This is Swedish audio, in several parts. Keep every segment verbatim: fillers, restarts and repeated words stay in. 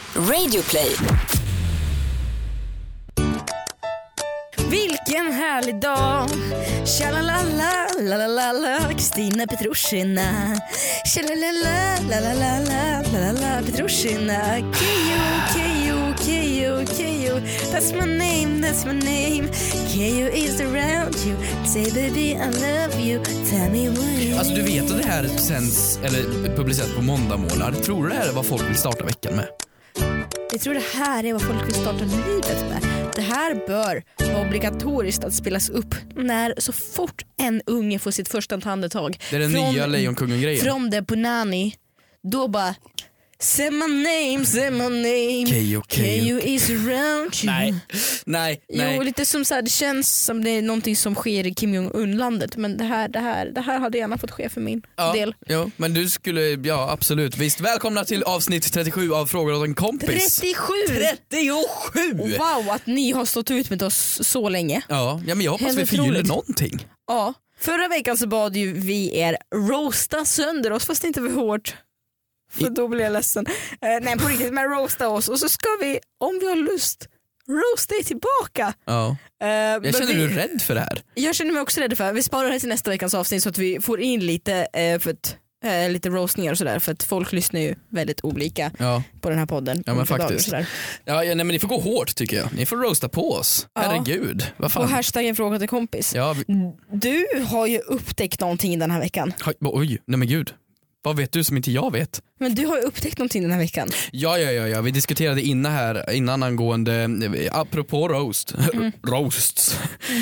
Radioplay. Vilken härlig dag. Tjalalala, lalalala, Kristina Petrushina. Tjalalala, lalalala, lalala, Petrushina. Kejo, Kejo, Kejo, Kejo. That's my name, that's my name. Kejo is around you. Say baby I love you. Tell me what you Alltså du vet att det här sänds eller publiceras på måndag månad. Tror du det här är vad folk vill starta veckan med? Jag tror det här är vad folk vill starta livet med. Det här bör vara obligatoriskt att spelas upp när så fort en unge får sitt första andetag. Det är den från, nya Lejonkungen-grejen. Från det Bonani, då bara say my name, say my name. Kejo, Kejo is around you. Nej, nej, nej. Jo, lite som så här, det känns som det är någonting som sker i Kim Jong-Un-landet. Men det här, det, här, det här hade gärna fått ske för min ja, del. Ja, men du skulle, ja absolut. Visst, välkomna till avsnitt trettiosju av Frågor åt en kompis. trettiosju! trettiosju! Wow, att ni har stått ut med oss så länge. Ja, ja men jag hoppas Helt vi förgyller otroligt. någonting. Ja, förra veckan så bad ju vi er roasta sönder oss, fast inte för hårt. För då blir jag ledsen. Uh, nej på riktigt, men roasta oss. Och så ska vi, om vi har lust, roasta er tillbaka. Ja. Uh, Jag känner vi, du rädd för det här? Jag känner mig också rädd för det. Vi sparar det till nästa veckans avsnitt så att vi får in lite, uh, för att, uh, lite roastningar och sådär. För att folk lyssnar ju väldigt olika Ja. på den här podden. Ja men faktiskt. Ja, ja, nej, men ni får gå hårt tycker jag. Ni får roasta på oss. Ja. Herregud. Vad fan? Och hashtaggen fråga till kompis. Ja, vi... Du har ju upptäckt någonting den här veckan. Oj, nej men gud. Vad vet du som inte jag vet? Men du har ju upptäckt någonting den här veckan. Ja, ja, ja, ja. Vi diskuterade innan här, innan angående, apropå roast, mm. roasts.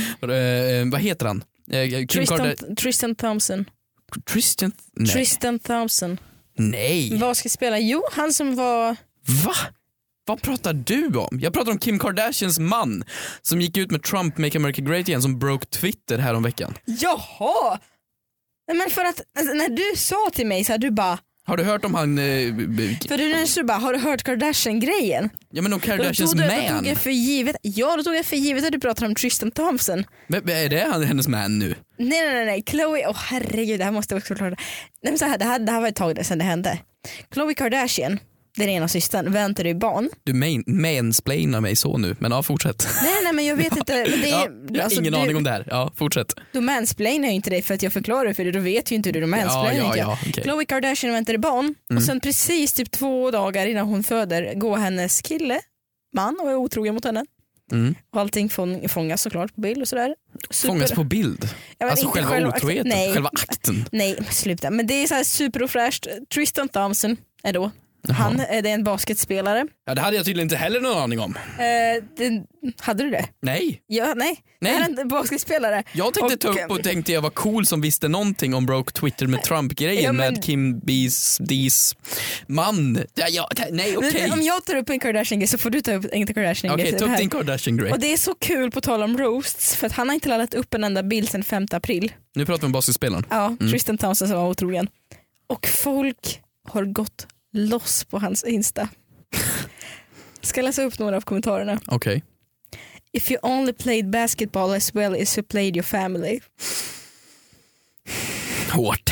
Mm. eh, vad heter han? Eh, Kim Tristan, Kardashian. Tristan Thompson. Tristan? Nej. Tristan Thompson. Nej. Vad ska spela? Jo, han som var... Va? Vad pratar du om? Jag pratar om Kim Kardashians man som gick ut med Trump Make America Great igen, som broke Twitter här om veckan. Jaha! Men för att alltså, när du sa till mig så här, du bara... Har du hört om han... Eh, för du, när du bara, har du hört Kardashian-grejen? Ja men om Kardashians då, då, man. Då tog jag för givet, ja då tog jag för givet att du pratar om Tristan Thompson. Men är det han, hennes man nu? Nej nej nej, nej. Chloe, åh oh, herregud det här måste jag också förklara. Nej men så här, det, här, det här var ett tag sedan det hände. Chloe Kardashian, den ena systern, väntade i barn. Du main, mansplainar mig så nu, men ja, fortsätt. Nej nej men jag vet inte. Men det är, ja, jag har alltså, ingen du, aning om det här. Ja, fortsätt. Då mansplainar jag inte dig för att jag förklarar för dig. Då vet ju inte du, då mansplainar ja, ja, inte jag. ja, okay. Chloe Kardashian väntade barn mm. och sen precis typ två dagar innan hon föder går hennes kille, man, och är otrogen mot henne. Mm. Och allting fång, fångas såklart på bild och sådär. Super... Fångas på bild? Ja, alltså själva själva otroheten? Nej. Själva akten? Nej, sluta. Men det är så här super och fräscht. Tristan Thompson är då. Han är det en basketspelare. Ja, det hade jag tydligen inte heller någon aning om. Eh, det, hade du det? Nej. Ja, nej. nej. Han är en basketspelare. Jag tänkte och, ta upp och tänkte jag var cool som visste någonting om broke Twitter med Trump-grejen ja, men... med Kim B's D's man. Ja, ja, nej, okej. Okay. Om jag tar upp en Kardashian-grej så får du ta upp en Kardashian-grej. Okej, okay, ta upp din Kardashian-grej. Och det är så kul på tal om roasts för att han har inte laddat upp en enda bild sedan femte april. Nu pratar vi om basketspelaren. Ja, mm. Tristan Thompson som var otrogen. Och folk har gått loss på hans Insta. Ska läsa upp några av kommentarerna. Okej. Okay. If you only played basketball as well as you played your family. Hårt.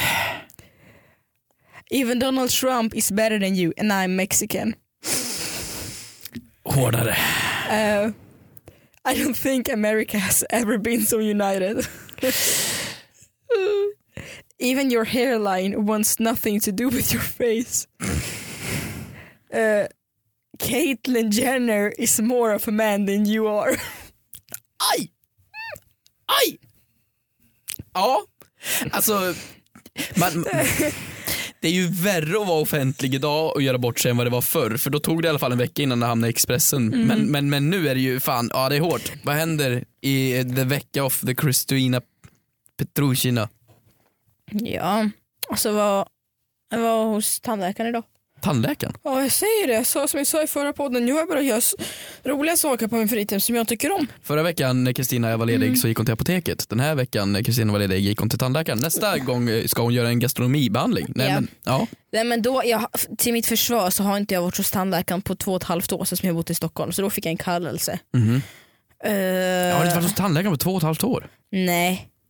Even Donald Trump is better than you and I'm Mexican. Hårdare. Uh, I don't think America has ever been so united. Even your hairline wants nothing to do with your face. Uh, Caitlyn Jenner is more of a man than you are. Aj! Aj! Ja, alltså man, det är ju värre att vara offentlig idag och göra bort sig än vad det var förr. För då tog det i alla fall en vecka innan det hamnade i Expressen. Mm. Men, men, men nu är det ju fan, ja det är hårt. Vad händer i the vecka of the Kristina Petrushina? Ja, alltså var, jag var hos tandläkaren idag. Tandläkaren? Ja, jag säger det. Så, som jag sa i förra podden, nu har jag bara göra roliga saker på min fritid som jag tycker om. Förra veckan när Kristina var ledig mm. så gick hon till apoteket. Den här veckan när Kristina var ledig gick hon till tandläkaren. Nästa gång ska hon göra en gastronomibehandling. Nej, ja. Men, ja. Nej, men då, jag, till mitt försvar så har inte jag varit hos tandläkaren på två och ett halvt år så som jag bott i Stockholm. Så då fick jag en kallelse. Mm. Uh, jag har inte varit hos tandläkaren på två och ett halvt år. Nej.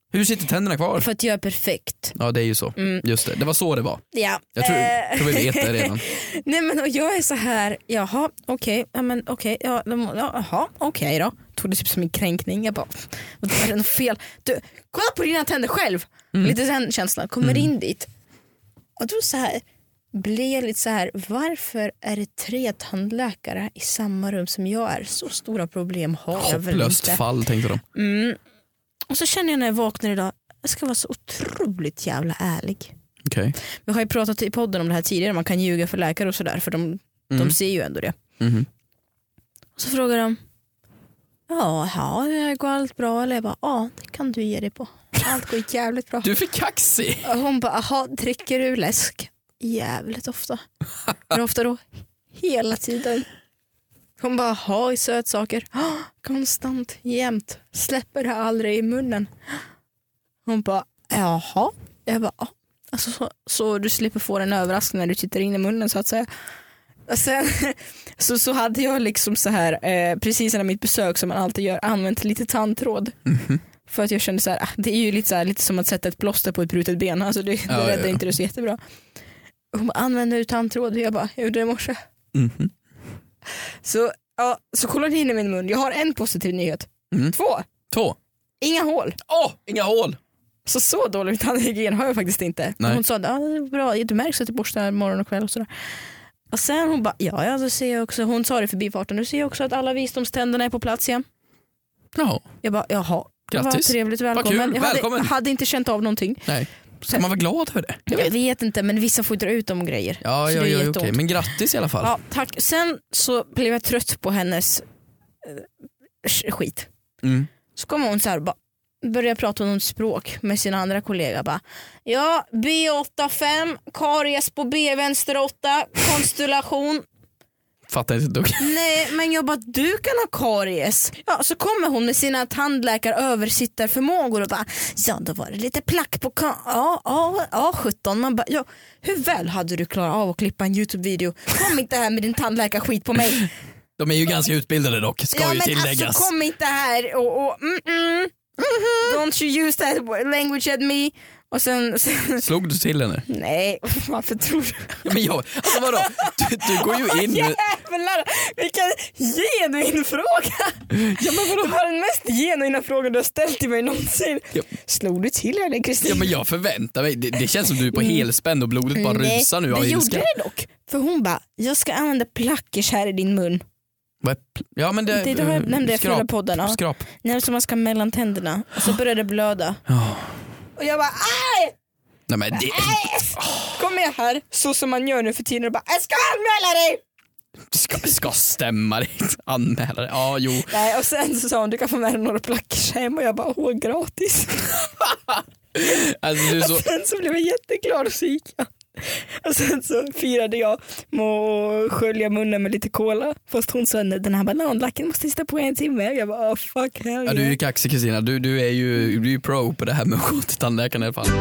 Hur sitter tänderna kvar? För att jag är perfekt. Ja, det är ju så. Mm. Just det, det var så det var. Ja. Jag tror, eh. tror vi vet det redan. Nej men och jag är så här, jaha, okej, okay, ja men okej, okay, ja, jaha, okej okay då. Tog det typ som en kränkning. Jag bara, vad är det något fel? Du, kolla på dina tänder själv. Mm. Lite den känslan, kommer mm. in dit. Och då så här, blir jag lite så här, varför är det tre tandläkare i samma rum som jag är? Så stora problem har jag väl inte. Hopplöst fall, tänkte de. Mm. Och så känner jag när jag vaknar idag, jag ska vara så otroligt jävla ärlig. Okay. Vi har ju pratat i podden om det här tidigare, man kan ljuga för läkare och sådär, för de, mm. de ser ju ändå det. Mm. Och så frågar de, ja, ja, går allt bra? Eller jag bara, ja, det kan du ge dig på. Allt går jävligt bra. Du är för kaxig. Och hon bara, aha, dricker du läsk? Jävligt ofta. Hur ofta då? Hela tiden. Hon bara, ha i sötsaker. Oh, konstant, jämt. Släpper det aldrig i munnen. Hon bara, jaha. Jag bara, oh. alltså, så, så du slipper få en överraskning när du tittar in i munnen så att säga. Och sen så, så hade jag liksom så här, eh, precis när mitt besök som man alltid gör, använt lite tandtråd. Mm-hmm. För att jag kände så här, det är ju lite, så här, lite som att sätta ett plåster på ett brutet ben. Alltså det, det ja, räddar ja, ja. inte det så jättebra. Hon bara, använder du tandtråd? Och jag bara, jag gjorde det i morse. Mm-hmm. Så, ja, så kollar ni in i min mun. Jag har en positiv nyhet. Mm. Två. Två. Inga hål. Åh, oh, inga hål. Så så dålig tandhygien har jag faktiskt inte. Hon sa, ja, det är bra. Du märks att du borstar morgon och kväll och sådär. Och sen hon bara, ja, ja, då ser jag också. Hon sa det förbi farten. Nu ser jag också att alla visdomständerna är på plats igen. Ja. Jag bara, jaha. Grattis. Vad trevligt, välkommen. Vad kul. Jag hade, välkommen. Jag hade inte känt av någonting. Nej. Ska man vara glad för det? Jag vet, vet inte, men vissa får dra ut dem och grejer. Ja, ja, ja, okej. Okay. Men grattis i alla fall. Ja, tack. Sen så blev jag trött på hennes äh, skit. Mm. Så kom hon så här och bara började prata om något språk med sina andra kollegor. Bara, ja, B åtta fem, karies på B vänster åtta, konstellation. Fattar inte dugg. Nej, men jag bara, du kan ha karies. Ja, så kommer hon med sina tandläkare översittarförmågor och bara, ja, då var det lite plack på ka- ja, ja, ja, sjutton. Man bara, ja, hur väl hade du klarat av att klippa en YouTube-video? Kom inte här med din tandläkarskit på mig. De är ju ganska utbildade dock, ska ja, ju tilläggas. Ja, men alltså kom inte här och, och mm, mm, mm-hmm. Don't you use that language at me. Och sen, sen... Slog du till henne? Nej, varför tror du? Ja, men jag, alltså vadå? Du, du går ju in... Jävlar, vilken genuin fråga! Ja, men vadå? Det var den mest genuina frågan du har ställt till mig någonsin. Ja. Slog du till henne, Kristin? Ja, men jag förväntar mig. Det, det känns som du är på mm. helspänn och blodet bara Nej, rusar nu av det ilska. gjorde det dock. För hon bara, jag ska använda plackers här i din mun. Ja, men det, det då uh, nämnde jag förra podden. Ja. Skrap. Nej, som man ska mellan tänderna. Och så började det blöda. Oh. Och jag bara, aj! Nej, men det... Aj! Kom med här, så som man gör nu för tiden och bara, jag ska anmäla dig! Du ska, ska stämma dig, anmäla dig. Ja, jo. Nej, och sen så sa hon, du kan få med dig några plackers hem. Och jag bara, åh, gratis. Alltså, du så... Och sen så blev jag jätteglad och så gick jag. Och sen så firade jag med att skölja munnen med lite cola. Fast hon sa, den här bananlacken måste sitta på en timme. Jag bara, oh, fuck hell. Ja, du är ju kaxig, Kristina. Du, du är ju du är ju pro på det här med att gå till tandläkaren i alla fall.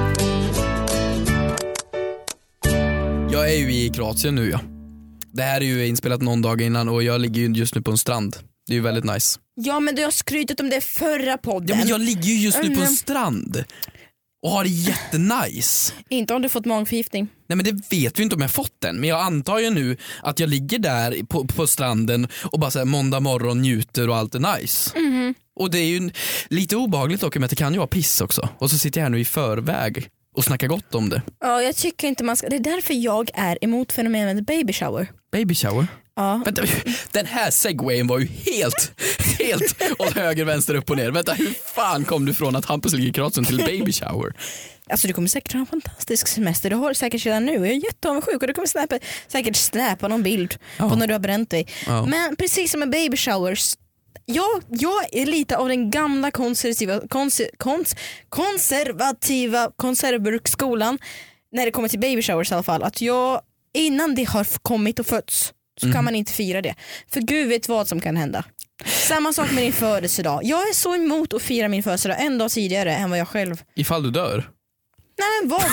Jag är ju i Kroatien nu, ja. Det här är ju inspelat någon dag innan och jag ligger ju just nu på en strand. Det är ju väldigt nice. Ja, men du har skrytit om det förra podden. Ja, men jag ligger ju just nu på en strand. Och har det jättenice. Inte om du fått magförgiftning. Nej, men det vet vi inte om jag fått den. Men jag antar ju nu att jag ligger där på, på stranden och bara så här, måndag morgon njuter och allt är nice. Mm-hmm. Och det är ju lite obehagligt dock, men det kan ju vara piss också. Och så sitter jag här nu i förväg och snackar gott om det. Ja, jag tycker inte man ska. Det är därför jag är emot fenomenet baby shower. Baby shower? Ja. Vänta, den här segwayen var ju helt helt åt höger, vänster, upp och ner. Vänta, hur fan kom du från att Hampus ligger i Kroatien till baby shower? Alltså du kommer säkert ha en fantastisk semester. Du har det säkert redan nu. Jag är jätteavundsjuk och du kommer snappa, säkert snappa någon bild ja. på när du har bränt dig. Ja. Men precis som med baby showers, jag, jag är lite av den gamla konservativa konser, kons, konservativa konservburkskolan när det kommer till baby showers i alla fall. Att jag, innan det har kommit och fötts så mm. kan man inte fira det. För Gud vet vad som kan hända. Samma sak med din födelsedag. Jag är så emot att fira min födelsedag en dag tidigare än vad jag själv. Ifall du dör? Nej, men vad?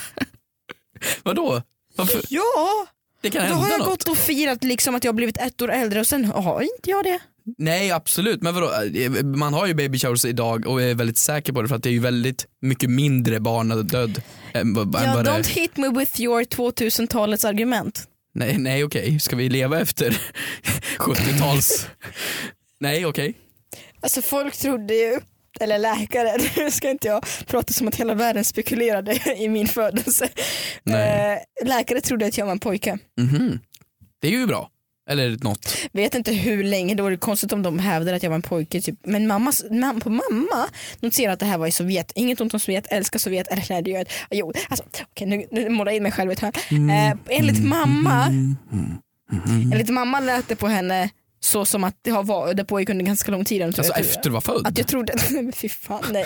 Vadå? Ja. Det kan då hända har jag något. gått och firat liksom att jag har blivit ett år äldre och sen har inte jag det. Nej, absolut. Men vadå? Man har ju baby showers idag och är väldigt säker på det för att det är ju väldigt mycket mindre barnadöd än vad, Ja, än vad det... don't hit me with your tvåtusentalets argument. Nej, nej okej. Okay. Ska vi leva efter sjuttio-tals? Nej, okej. Okay. Alltså folk trodde ju, eller läkare, nu ska inte jag prata som att hela världen spekulerade i min födelse. Eh, läkare trodde att jag var en pojke. Mm-hmm. Det är ju bra. Eller något. Vet inte hur länge, då var det konstigt om de hävdade att jag var en pojke typ. Men mamma, mamma, på mamma noterade att det här var i Sovjet. Inget ont om Sovjet, älskar Sovjet. Eller nej, det gör det. Jo, alltså, okej, nu, nu målar jag in mig själv ett hörn. Eh, enligt mamma Enligt mamma lät det på henne så som att det har varit, det pågick under ganska lång tid. Alltså efter du var född? Att jag trodde, men fy fan, nej.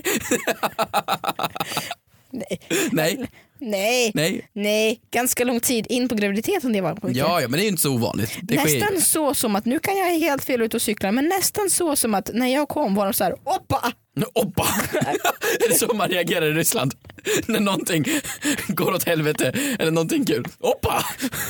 nej. Nej. Nej. Nej. Nej, ganska lång tid in på graviditeten det var pojke. Ja, ja, men det är ju inte så ovanligt. Det nästan sker. Så som att, nu kan jag helt fel ut och cykla, men nästan så som att när jag kom var de så här, oppa! Oppa! Är det så man reagerar i Ryssland? När någonting går åt helvete eller någonting kul. Oppa!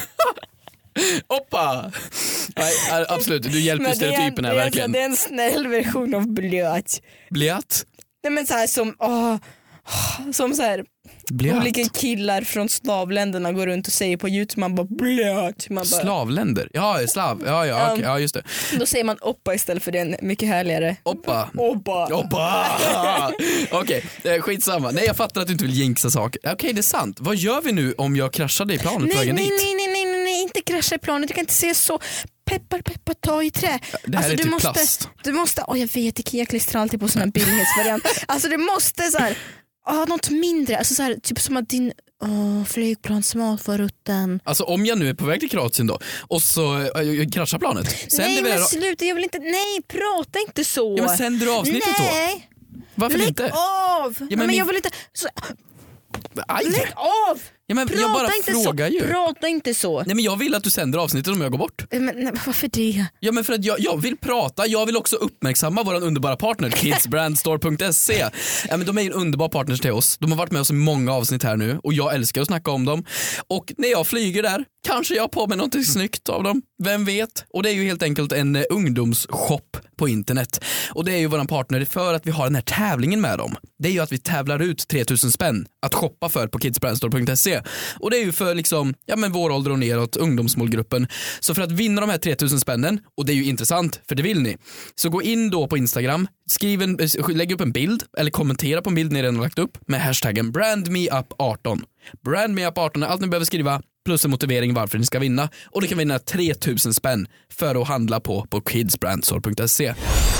Oppa! Nej, absolut, du hjälper stereotypen här verkligen. Det är en snäll version av blöt. Blöt? Nej men så här som, åh, som så här blöt. Olika killar från slavländerna går runt och säger på YouTube, man bara blöt. Man bara, slavländer? Ja, slav. Ja, ja, okay. Ja, just det. Då säger man oppa istället för den mycket härligare. Oppa. Oppa. Oppa. Okej, okay. Skitsamma. Nej, jag fattar att du inte vill jinxa saker. Okej, okay, det är sant. Vad gör vi nu om jag kraschade i planet på vägen dit? Nej, nej, nej, nej, nej, inte krascha i planet. Du kan inte se så. Peppar, peppar, ta i trä. Det här alltså, är du typ måste, plast. Du måste, åh oh, jag vet, Ikea klistrar alltid på såna här billighetsvariant. Alltså du måste så här, åh, något mindre. Alltså så här, typ som att din åh, flygplansmat var rutten. Alltså om jag nu är på väg till Kroatien då och så äh, kraschar planet. Sen nej men sluta, jag vill inte, nej prata inte så. Ja, men sänder du avsnittet nej. då? Varför Lägg inte? av! Ja, men, men min... jag vill inte så... Aj. Lägg av! Ja, men prata jag bara inte frågar så. ju. Prata inte så. Nej, men jag vill att du sänder avsnittet om jag går bort. Men nej, varför det? Ja, men för att jag, jag vill prata. Jag vill också uppmärksamma vår underbara partner kids brand store punkt se. Ja, men de är en underbar partner till oss. De har varit med oss i många avsnitt här nu och jag älskar att snacka om dem. Och när jag flyger där kanske jag har på mig något snyggt av dem. Vem vet? Och det är ju helt enkelt en eh, ungdomsshop på internet. Och det är ju våran partner för att vi har den här tävlingen med dem. Det är ju att vi tävlar ut tre tusen spänn att shoppa för på kids brand store punkt se. Och det är ju för liksom, ja men vår ålder och neråt, ungdomsmålgruppen. Så för att vinna de här tre tusen spännen, och det är ju intressant för det vill ni, så gå in då på Instagram, skriv en, lägg upp en bild eller kommentera på en bild ni redan har lagt upp med hashtaggen brandmeup arton. brandmeup arton är allt ni behöver skriva plus en motivering varför ni ska vinna, och du kan vinna tre tusen spänn för att handla på på kids brand store punkt se.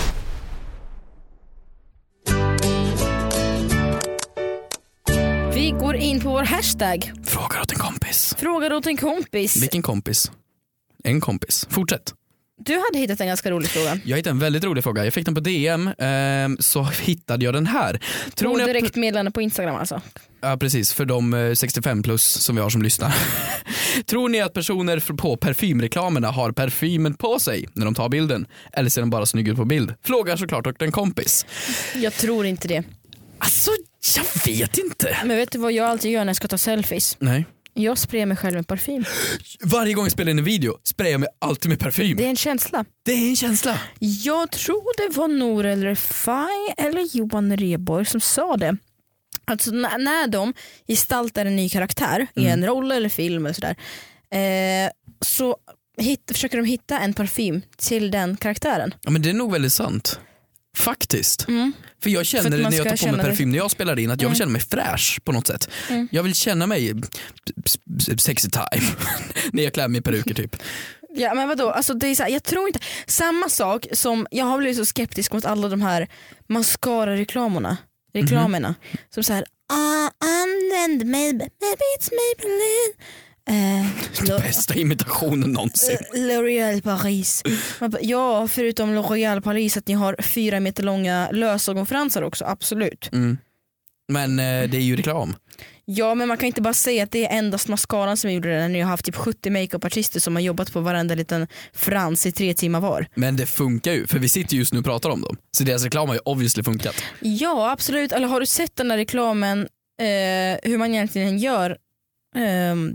Vi går in på vår hashtag. Frågar åt en kompis. Frågar åt en kompis. Vilken kompis? En kompis. Fortsätt. Du hade hittat en ganska rolig fråga. Jag hittade en väldigt rolig fråga. Jag fick den på D M, eh, så hittade jag den här. Tror och ni direkt meddelande på Instagram alltså? Ja, precis. För de sextiofem plus som vi har som lyssnar. Tror ni att personer på parfymreklamerna har parfymen på sig när de tar bilden? Eller ser de bara snygga ut på bild? Frågar såklart åt en kompis. Jag tror inte det. Alltså, jag vet inte. Men vet du vad jag alltid gör när jag ska ta selfies? Nej. Jag sprayar mig själv med parfym. Varje gång jag spelar in en video sprayar jag mig alltid med parfym. Det är en känsla. Det är en känsla. Jag tror det var Nour eller Faj eller Johan Rheborg som sa det. Alltså n- när de gestaltar en ny karaktär mm. i en roll eller film eller sådär, eh, så hit, försöker de hitta en parfym till den karaktären. Ja, men det är nog väldigt sant. Faktiskt. Mm. För jag känner För när jag tar på mig parfym det. när jag spelar in att jag vill känna mig fräsch på något sätt. Mm. Jag vill känna mig sexy time när jag klär mig i peruker typ. Ja men vadå, alltså det är så här, jag tror inte, samma sak som, jag har blivit så skeptisk mot alla de här mascara-reklamerna reklamerna, mm-hmm. som så här, ah, använd mig, maybe it's Maybelline. Uh, bästa imitationen någonsin. uh, L'Oréal Paris. Ja, förutom L'Oréal Paris att ni har fyra meter långa lösögonfransar också, absolut. Mm. Men uh, det är ju reklam. Ja, men man kan inte bara säga att det är endast mascaran som gjorde det när ni har haft typ sjuttio makeupartister som har jobbat på varenda liten frans i tre timmar var. Men det funkar ju, för vi sitter just nu och pratar om dem. Så deras reklam har ju obviously funkat. Ja, absolut. Eller har du sett den där reklamen, eh, hur man egentligen gör eh,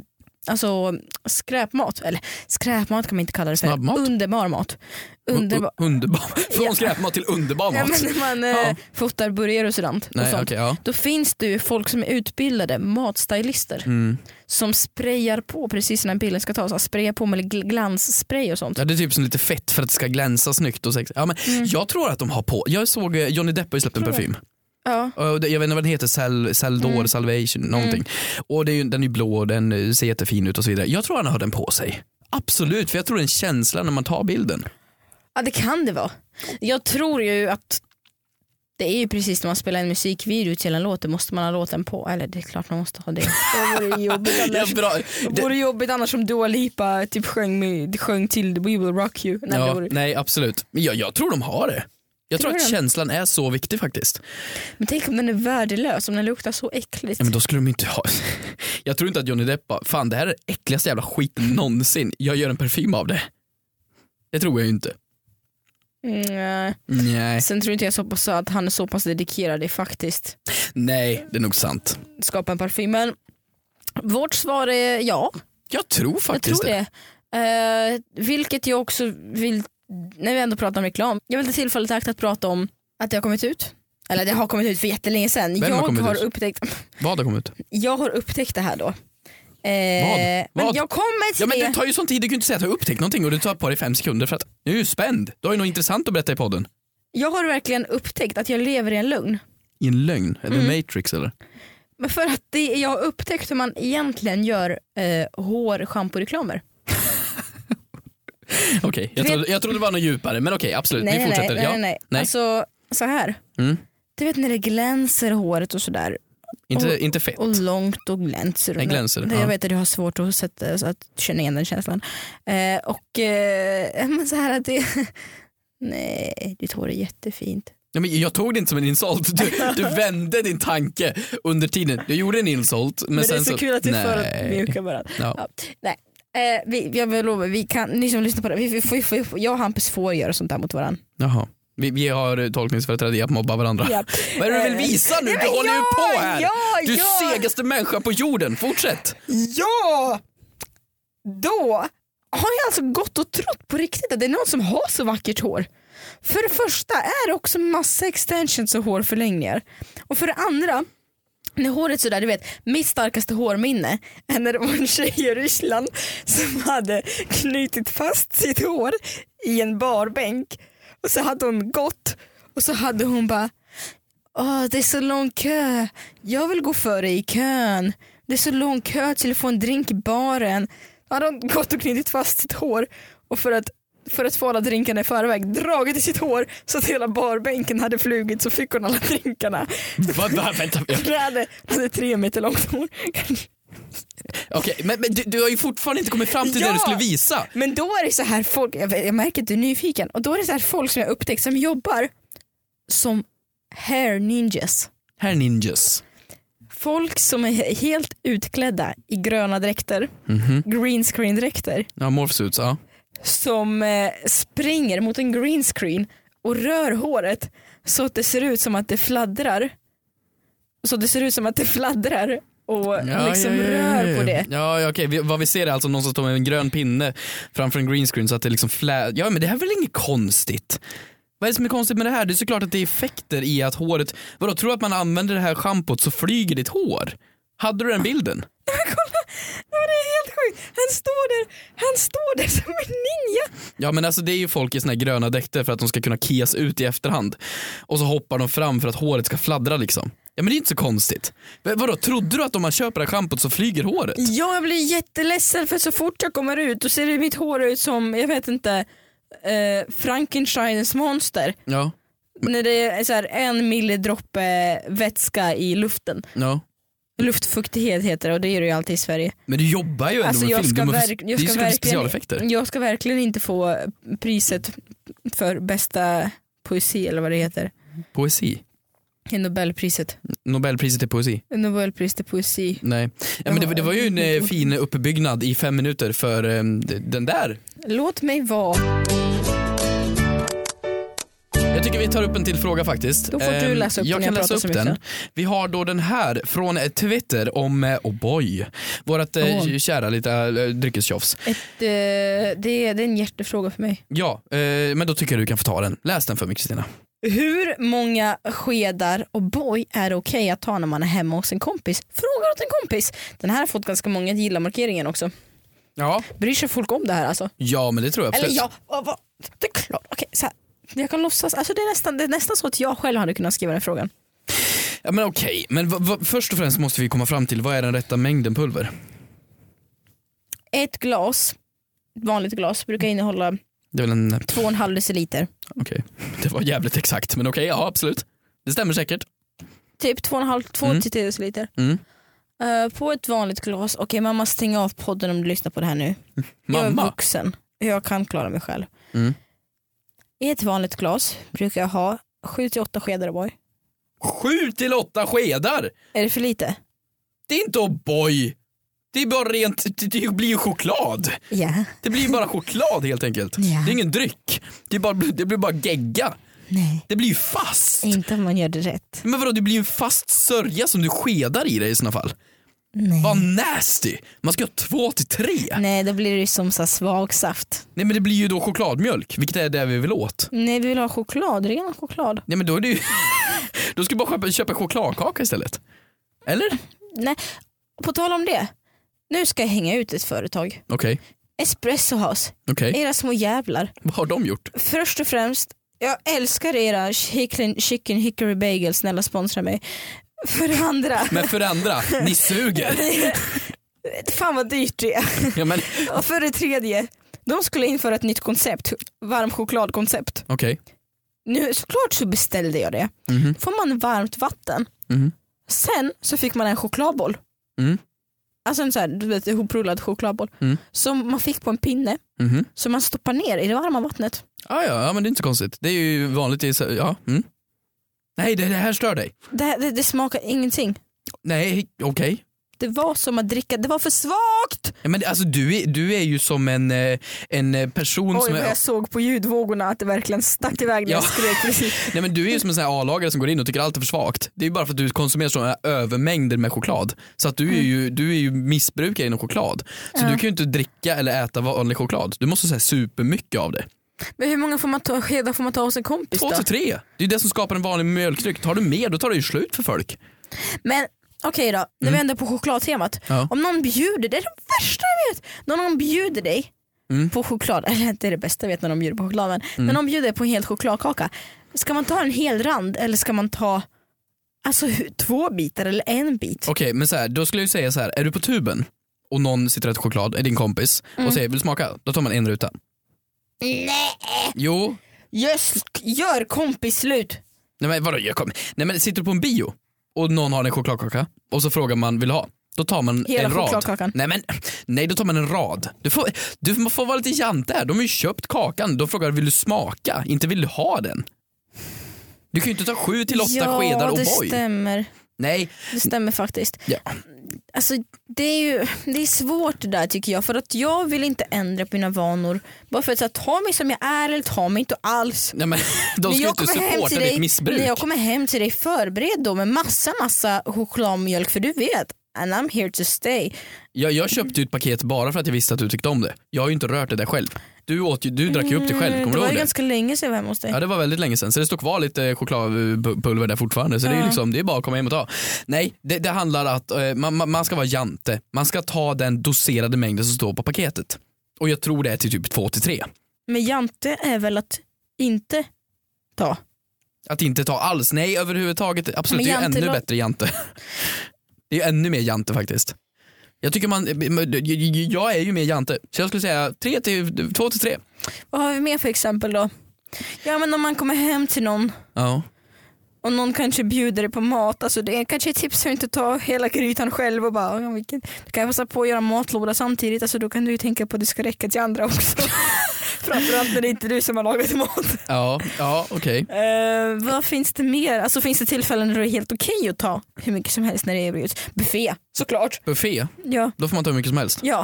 alltså skräpmat, eller skräpmat kan man inte kalla det för. Snabbmat? Underbar mat. Underbar. U- underbar. Från Ja. skräpmat till underbar Ja, mat. men när man Ja. eh, fotar burgare och sådant, och Nej, sånt okej, ja. då finns det ju folk som är utbildade matstylister Mm. som sprayar på precis när bilden ska tas, alltså sprayar på med gl- glansspray och sånt. Ja, det är typ som lite fett för att det ska glänsa snyggt och sexigt. Ja, men Mm. jag tror att de har på. Jag såg eh, Johnny Depp har ju släppt en Tror parfym. Ja. Och det- Jag vet inte vad den heter, Sal, Saldor, Mm. Salvation, någonting. Och det är ju, den är ju blå och den eh, ser jättefin ut och så vidare. Jag tror han har den på sig. Absolut, för jag tror det är en känsla när man tar bilden. Ja, det kan det vara. Jag tror ju att det är ju precis när man spelar en musikvideo till en låt, det måste man ha låten på. Eller det är klart man måste ha det. Det vore jobbigt Ja, annars. bra. Det vore jobbigt annars om Dua Lipa typ sjöng, med, sjöng till We Will Rock You. Nej, det Ja, vore... nej, absolut. Men jag, jag tror de har det. Jag tror, Tror att du? känslan är så viktig faktiskt. Men tänk om den är värdelös, om den luktar så äckligt. Ja, men då skulle de inte ha. Jag tror inte att Johnny Depp bara, fan det här är det äckligaste jävla skiten någonsin. Jag gör en parfym av det. Det tror jag ju inte. Mm, nej. Nej. Sen tror inte jag så pass att han är så pass dedikerad i faktiskt Nej, det är nog sant. skapa en parfym. Men vårt svar är ja. Jag tror Jag faktiskt tror det. Eh, vilket jag också vill, när vi ändå pratar om reklam, jag vill ta tillfället i akt att prata om att det har kommit ut. Eller det har kommit ut för jättelänge sedan. Vem har Jag kommit har, ut? upptäckt, Vad har kommit ut? jag har upptäckt det här då. Eh, Vad? Men Vad? jag kommer till Ja, men det. det tar ju sån tid, du kan inte säga att du har upptäckt någonting och du tar på dig fem sekunder för att nu är ju spänd. Du har ju något intressant att berätta i podden. Jag har verkligen upptäckt att jag lever i en lögn. I en lögn? Eller Mm. Matrix eller? Men för att det, jag har upptäckt hur man egentligen gör eh, hår, shampoo-reklamer. Okej, okay. jag, vet- trodde, jag trodde det var något djupare men okej, absolut. Nej, Vi nej, fortsätter. nej, ja. nej, nej. Nej. Alltså så här. Mm. Du vet när det glänser håret och sådär. Inte, och- inte fett. Och långt och glänser. Nej, glänser, det, ja. Jag vet att du har svårt att, sätta, så att känna igen den känslan. Eh, och eh, men så här att det... Nej, ditt hår är jättefint. Ja, men jag tog det inte som en insult. Du, du vände din tanke under tiden. Du gjorde en insult. Men, Men det sen är så, kul att vi får att Nej. mjuka varandra. Ja. Ja. Nej. Eh, vi, jag vill lova, vi kan, ni som lyssnar på det, vi, vi, vi, vi, jag och Hampus får göra sånt där mot varandra. Jaha. Vi, vi har tolkningsföreträde i att mobba varandra. Ja. Vad är det du vill Eh, visa nu? nej, Du men håller ju ja, på här. ja, du ja. segaste människa på jorden. Fortsätt. Ja! Då har jag alltså gått och trott på riktigt att det är någon som har så vackert hår. För det första är det också massa extensions och hårförlängningar. Och för det andra, när håret sådär, du vet, mitt starkaste hårminne är när det var en tjej i Ryssland som hade knutit fast sitt hår i en barbänk. Och så hade hon gått och så hade hon bara, åh det är så lång kö, jag vill gå före i kön. Det är så lång kö till att få en drink i baren. Då hade hon gått och knutit fast sitt hår och för att för att få alla drinkarna i förväg dragit i sitt hår så att hela barbänken hade flugit, så fick hon alla drinkarna. Vad, vad, vänta. Hon hade, hon hade tre meter långt hår. Okej, men, men du, du har ju fortfarande inte kommit fram till Ja. det du skulle visa. Men då är det så här folk, jag, jag märker att du är nyfiken, och då är det så här folk som jag upptäckt som jobbar som hair ninjas. Här ninjas. Folk som är helt utklädda i gröna dräkter, Mhm. green screen dräkter, Ja, morphsuits, ja. som eh, springer mot en green screen och rör håret så att det ser ut som att det fladdrar. Så det ser ut som att det fladdrar och Ja, liksom ja, ja, rör ja. på det. Ja, ja okej. Vi, vad vi ser är alltså någon som står med en grön pinne framför en green screen så att det liksom flä... Ja, men det här är väl inget konstigt? Vad är det som är konstigt med det här? Det är såklart att det är effekter i att håret... Vadå, tror du att man använder det här schampot så flyger ditt hår? Hade du den bilden? Men kolla, ja, det är helt sjukt. Han står där, han står där som en ninja. Ja, men alltså det är ju folk i såna här gröna dräkter för att de ska kunna kias ut i efterhand. Och så hoppar de fram för att håret ska fladdra liksom. Ja, men det är inte så konstigt. Men vadå, trodde du att om man köper det här schampot så flyger håret? Ja, jag blir jätteledsen för så fort jag kommer ut då ser det mitt hår ut som, jag vet inte, eh, Frankensteins monster. Ja, När det är så här en millidroppe vätska i luften. ja. Luftfuktighet heter det, och det är det ju alltid i Sverige. Men du jobbar ju ändå Alltså med jag film. ska, Du måste, verk- det jag är ju ska såklart specialeffekter. verkligen, jag ska verkligen inte få priset för bästa poesi eller vad det heter. Poesi. Nobelpriset. Nobelpriset i poesi. Nobelpris till poesi. Nej. Ja, men det, det var ju en eh, fin uppbyggnad i fem minuter för eh, den där. Låt mig vara. Ja, jag tycker vi tar upp en till fråga faktiskt. Då får du läsa upp jag den, kan jag läsa pratar upp så den. mycket. Vi har då den här från Twitter om, oh boy, vårat oh. kära lite äh, dryckestjofs. Ett, eh, det, det är en hjärtefråga för mig. Ja, eh, men då tycker jag du kan få ta den. Läs den för mig, Kristina. Hur många skedar och boy är det okej okay att ta när man är hemma hos en kompis? Fråga åt en kompis. Den här har fått ganska många gilla-markeringen också. Ja. Bryr sig folk om det här alltså? Ja, men det tror jag absolut. Eller ja, vad, vad, det är klart. Okej, så här. Jag kan låtsas, alltså det är, nästan, det är nästan så att jag själv hade kunnat skriva den frågan. Ja, men okej, men v- v- först och främst måste vi komma fram till vad är den rätta mängden pulver? Ett glas, ett vanligt glas, brukar innehålla det är väl en... två och en halv deciliter. Okej, det var jävligt exakt, men okej, ja absolut. Det stämmer säkert. Typ två och en halv, två Mm. till tre deciliter. Mm. Uh, på ett vanligt glas, okej mamma stäng av podden om du lyssnar på det här nu. Jag är Mamma? vuxen, jag kan klara mig själv. Mm. I ett vanligt glas brukar jag ha sju till åtta skedar O'boy. Sju till åtta skedar? Är det för lite? Det är inte O'boy. Det är bara rent, det blir ju choklad. Ja. Yeah. Det blir bara choklad helt enkelt. Yeah. Det är ingen dryck. Det, är bara, det blir bara gegga. Nej. Det blir ju fast. Inte om man gör det rätt. Men vadå, det blir ju en fast sörja som du skedar i dig i såna fall. Nej. Vad nasty. Man ska ha två till tre. Nej, då blir det ju som så svag saft. Nej, men det blir ju då chokladmjölk, vilket är det vi vill åt. Nej, vi vill ha choklad, ren choklad. Nej, men då är det ju då ska du bara köpa, köpa chokladkaka istället. Eller? Nej, på tal om det. Nu ska jag hänga ut ett företag. Okej. Okay. Espresso House. Okay. Era små jävlar. Vad har de gjort? Först och främst, jag älskar era chicken, chicken hickory bagels. Snälla sponsra mig. För det andra. Men för det andra, ni suger. Fan vad dyrt det är. Ja, men... Och för det tredje, de skulle införa ett nytt koncept. Varm chokladkoncept. Okej. Okay. Nu såklart så beställde jag det. Mm-hmm. Får man varmt vatten. Mm-hmm. Sen så fick man en chokladboll. Mm. Alltså en så här, du vet, ihoprullad chokladboll. Mm. Som man fick på en pinne. Mm-hmm. Som man stoppar ner i det varma vattnet. Ah, ja, ja, men det är inte så konstigt. Det är ju vanligt i, ja. Mm. Nej, det, det här stör dig. Det, det, det smakar ingenting. Nej, okej. Okay. Det var som att dricka, det var för svagt. Ja, men alltså, du, är, du är ju som en, en person. Oj, som vad är... jag såg på ljudvågorna att det verkligen stack iväg när ja. jag skrek precis. Nej, men du är ju som en sån här A-lagare som går in och tycker allt är för svagt. Det är ju bara för att du konsumerar sådana övermängder med choklad. Så att du är ju, du är ju missbrukare inom choklad. Så mm. du kan ju inte dricka eller äta vanlig choklad. Du måste säga supermycket av det. Men hur många får man ta, skedar får man ta hos en kompis då? Två till tre. Det är det som skapar en vanlig mjölkdryck. Tar du mer, då tar det ju slut för folk. Men okej okay då, när mm. vi ändå på chokladtemat. Ja. Om någon bjuder, det är det värsta jag vet. När någon bjuder dig mm. på choklad, eller det är det bästa jag vet när de bjuder på choklad, men mm. när någon bjuder på en hel chokladkaka, ska man ta en hel rand eller ska man ta alltså två bitar eller en bit? Okej, okay, men så här, då skulle jag säga så här, är du på tuben och någon sitter och äter choklad, är din kompis mm. och säger vill du smaka, då tar man en ruta. Nej. Jo. Just, gör kompis slut. Nej men vadå gör kompis? Nej men sitter du på en bio och någon har en chokladkaka och så frågar man vill ha, då tar man hela en rad. Nej men nej, då tar man en rad. Du får, du får vara lite jante här. De har ju köpt kakan. De frågar vill du smaka, inte vill du ha den. Du kan ju inte ta sju till åtta ja, skedar och boy. Ja det stämmer. Nej. Det stämmer faktiskt. Ja. Alltså det är ju det är svårt det där tycker jag, för att jag vill inte ändra på mina vanor bara för att så, ta mig som jag är eller ta mig inte alls. Nej, men de ska ju inte supporta ditt missbruk. När jag kommer hem till dig förberedd då med massa massa chokladmjölk, för du vet and I'm here to stay. Jag, jag köpte ut ett paket bara för att jag visste att du tyckte om det. Jag har ju inte rört det där själv. Du, åt ju, du drack ju upp det själv, kommer mm, du ihåg det? Det var ganska länge sedan jag var hemma hos dig. Ja det var väldigt länge sedan, så det står kvar lite chokladpulver där fortfarande. Så ja. det, är liksom, det är bara att komma hem och ta. Nej, det, det handlar om att uh, man, man ska vara jante. Man ska ta den doserade mängden som står på paketet. Och jag tror det är till typ två till tre. Men jante är väl att inte ta? Att inte ta alls, nej överhuvudtaget. Absolut, det är ännu lo- bättre jante. Det är ännu mer jante faktiskt. Jag tycker man, jag är ju mer jante. Så jag skulle säga tre till, två till tre. Vad har vi mer för exempel då? Ja men om man kommer hem till någon ja. och någon kanske bjuder dig på mat, alltså det är kanske ett tips att inte ta hela grytan själv och bara, vilken, du kan passa på att göra matlåda samtidigt, alltså då kan du ju tänka på att det ska räcka till andra också. Framförallt när det inte är du som har lagat mat. Ja, ja okej. Okay. Uh, vad finns det mer? Alltså finns det tillfällen när det är helt okej okay att ta hur mycket som helst när det erbjuds? Buffé, såklart. Buffé? Ja. Då får man ta hur mycket som helst? Ja.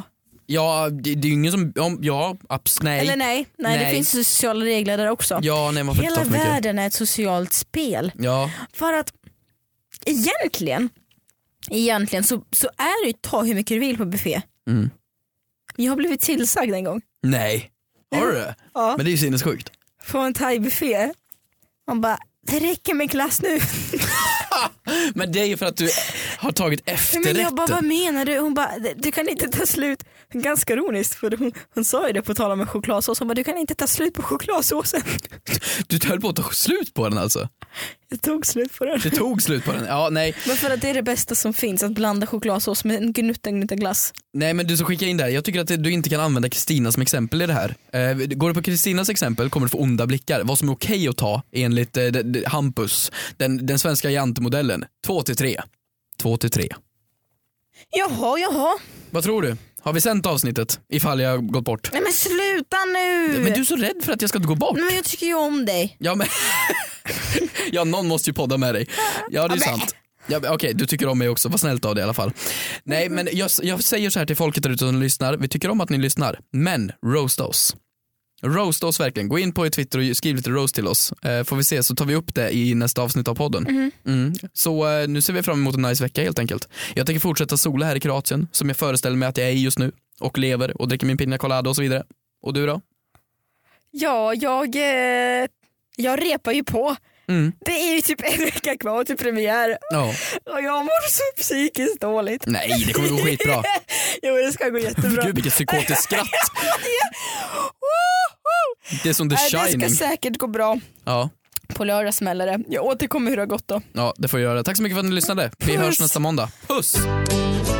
Ja, det, det är ju ingen som, om, ja, abs, nej. Eller nej, nej, nej, det finns sociala regler där också. Ja, nej, man får Hela inte ta för mycket. världen är ett socialt spel. Ja. För att egentligen, egentligen så, så är det ju ta hur mycket du vill på buffé. Mm. Jag har blivit tillsagd en gång. Nej, har du det? Ja. Men det är ju sinnessjukt. På en thai-buffé. Man bara, det räcker med glass nu. Men det är ju för att du har tagit efterrätten. Men jag bara, vad menar du? Hon bara, du kan inte ta slut. Ganska ironiskt, för hon, hon sa ju det på tal om chokladsås. Hon bara, du kan inte ta slut på chokladsåsen. Du höll på att ta slut på den alltså? Jag tog slut på den. Det tog slut på den, ja nej. Men för att det är det bästa som finns, att blanda chokladsås med en gnutta gnutta glass. Nej men du som skickar in där, jag tycker att du inte kan använda Kristina som exempel i det här. Eh, går du på Kristinas exempel kommer du få onda blickar. Vad som är okej att ta enligt eh, de, de, Hampus, den, den svenska jantmodellen, två till tre. Två till tre. Jaha, jaha. Vad tror du? Har vi sänt avsnittet ifall jag har gått bort? Nej men sluta nu. Men du är så rädd för att jag ska gå bort. Nej, men jag tycker ju om dig. Ja men ja, någon måste ju podda med dig. Ja det är sant. Ja, okej, okay, du tycker om mig också, vad snällt av dig i alla fall. Nej men jag, jag säger så här till folket där ute som lyssnar, vi tycker om att ni lyssnar, men roast oss. Roast oss verkligen, gå in på Twitter och skriv lite roast till oss, eh, får vi se så tar vi upp det i nästa avsnitt av podden. Mm. Mm. Så eh, nu ser vi fram emot en nice vecka helt enkelt. Jag tänker fortsätta sola här i Kroatien som jag föreställer mig att jag är i just nu och lever och dricker min pina colada och så vidare. Och du då? Ja, jag, eh, jag repar ju på. Mm. Det är ju typ en vecka kvar till premiär. Ja. Och jag mår så psykiskt dåligt. Nej, det kommer gå skitbra. Jo, det ska gå jättebra. Gud, vilket psykotiskt skratt. Det är som The Shining. Det ska säkert gå bra. Ja. På lördag smäller det. Jag återkommer hur det har gått då. Ja, det får jag göra. Tack så mycket för att ni lyssnade. Vi Puss. hörs nästa måndag. Puss!